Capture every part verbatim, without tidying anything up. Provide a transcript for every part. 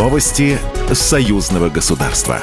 Новости союзного государства.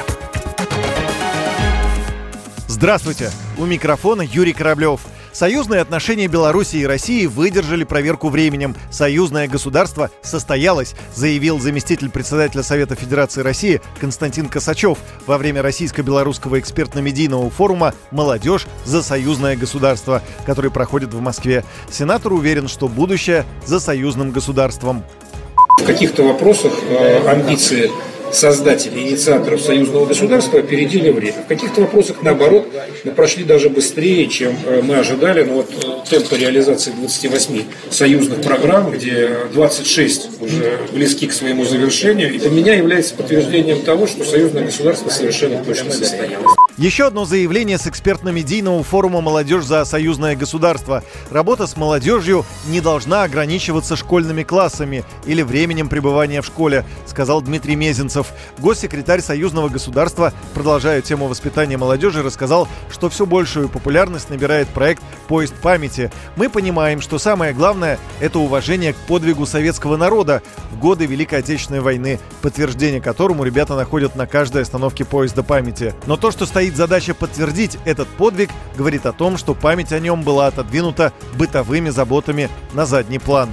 Здравствуйте! У микрофона Юрий Кораблев. Союзные отношения Беларуси и России выдержали проверку временем. Союзное государство состоялось, заявил заместитель председателя Совета Федерации России Константин Косачев во время российско-белорусского экспертно-медийного форума «Молодежь за союзное государство», который проходит в Москве. Сенатор уверен, что будущее за союзным государством. В каких-то вопросах э, амбиции создателей, инициаторов союзного государства опередили время. В каких-то вопросах, наоборот, мы прошли даже быстрее, чем мы ожидали. Но вот темпы реализации двадцати восьми союзных программ, где двадцать шесть уже близки к своему завершению, и для меня является подтверждением того, что союзное государство совершенно точно состоялось. Еще одно заявление с экспертно-медийного форума «Молодежь за союзное государство». Работа с молодежью не должна ограничиваться школьными классами или временем пребывания в школе, сказал Дмитрий Мезенцев. Госсекретарь союзного государства, продолжая тему воспитания молодежи, рассказал, что все большую популярность набирает проект «Поезд памяти». Мы понимаем, что самое главное – это уважение к подвигу советского народа в годы Великой Отечественной войны, подтверждение которому ребята находят на каждой остановке поезда памяти. Но то, что стоит задача подтвердить этот подвиг, говорит о том, что память о нем была отодвинута бытовыми заботами на задний план.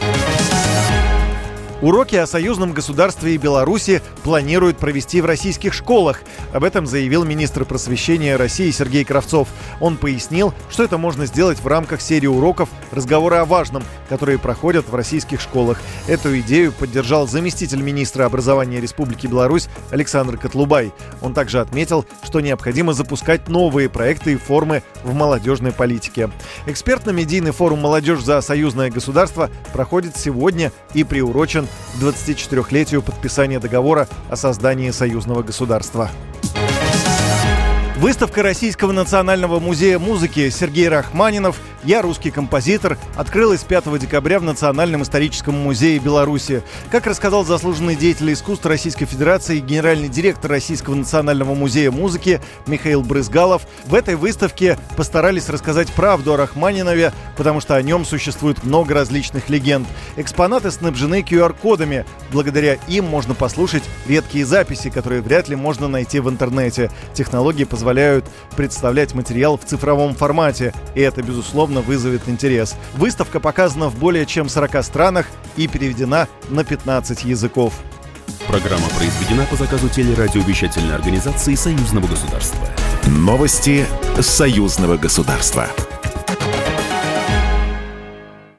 Уроки о союзном государстве и Беларуси планируют провести в российских школах. Об этом заявил министр просвещения России Сергей Кравцов. Он пояснил, что это можно сделать в рамках серии уроков «Разговоры о важном», которые проходят в российских школах. Эту идею поддержал заместитель министра образования Республики Беларусь Александр Котлубай. Он также отметил, что необходимо запускать новые проекты и формы в молодежной политике. Экспертно-медийный форум «Молодежь за союзное государство» проходит сегодня и приурочен к двадцатичетырёхлетию подписания договора о создании союзного государства. Выставка Российского национального музея музыки «Сергей Рахманинов. Я русский композитор» открылась пятого декабря в Национальном историческом музее Беларуси. Как рассказал заслуженный деятель искусств Российской Федерации и генеральный директор Российского национального музея музыки Михаил Брызгалов, в этой выставке постарались рассказать правду о Рахманинове, потому что о нем существует много различных легенд. Экспонаты снабжены ку ар-кодами. Благодаря им можно послушать редкие записи, которые вряд ли можно найти в интернете. Технологии позволяют позволяют представлять материал в цифровом формате, и это, безусловно, вызовет интерес. Выставка показана в более чем сорока странах и переведена на пятнадцать языков. Программа произведена по заказу телерадиовещательной организации Союзного государства. Новости союзного государства.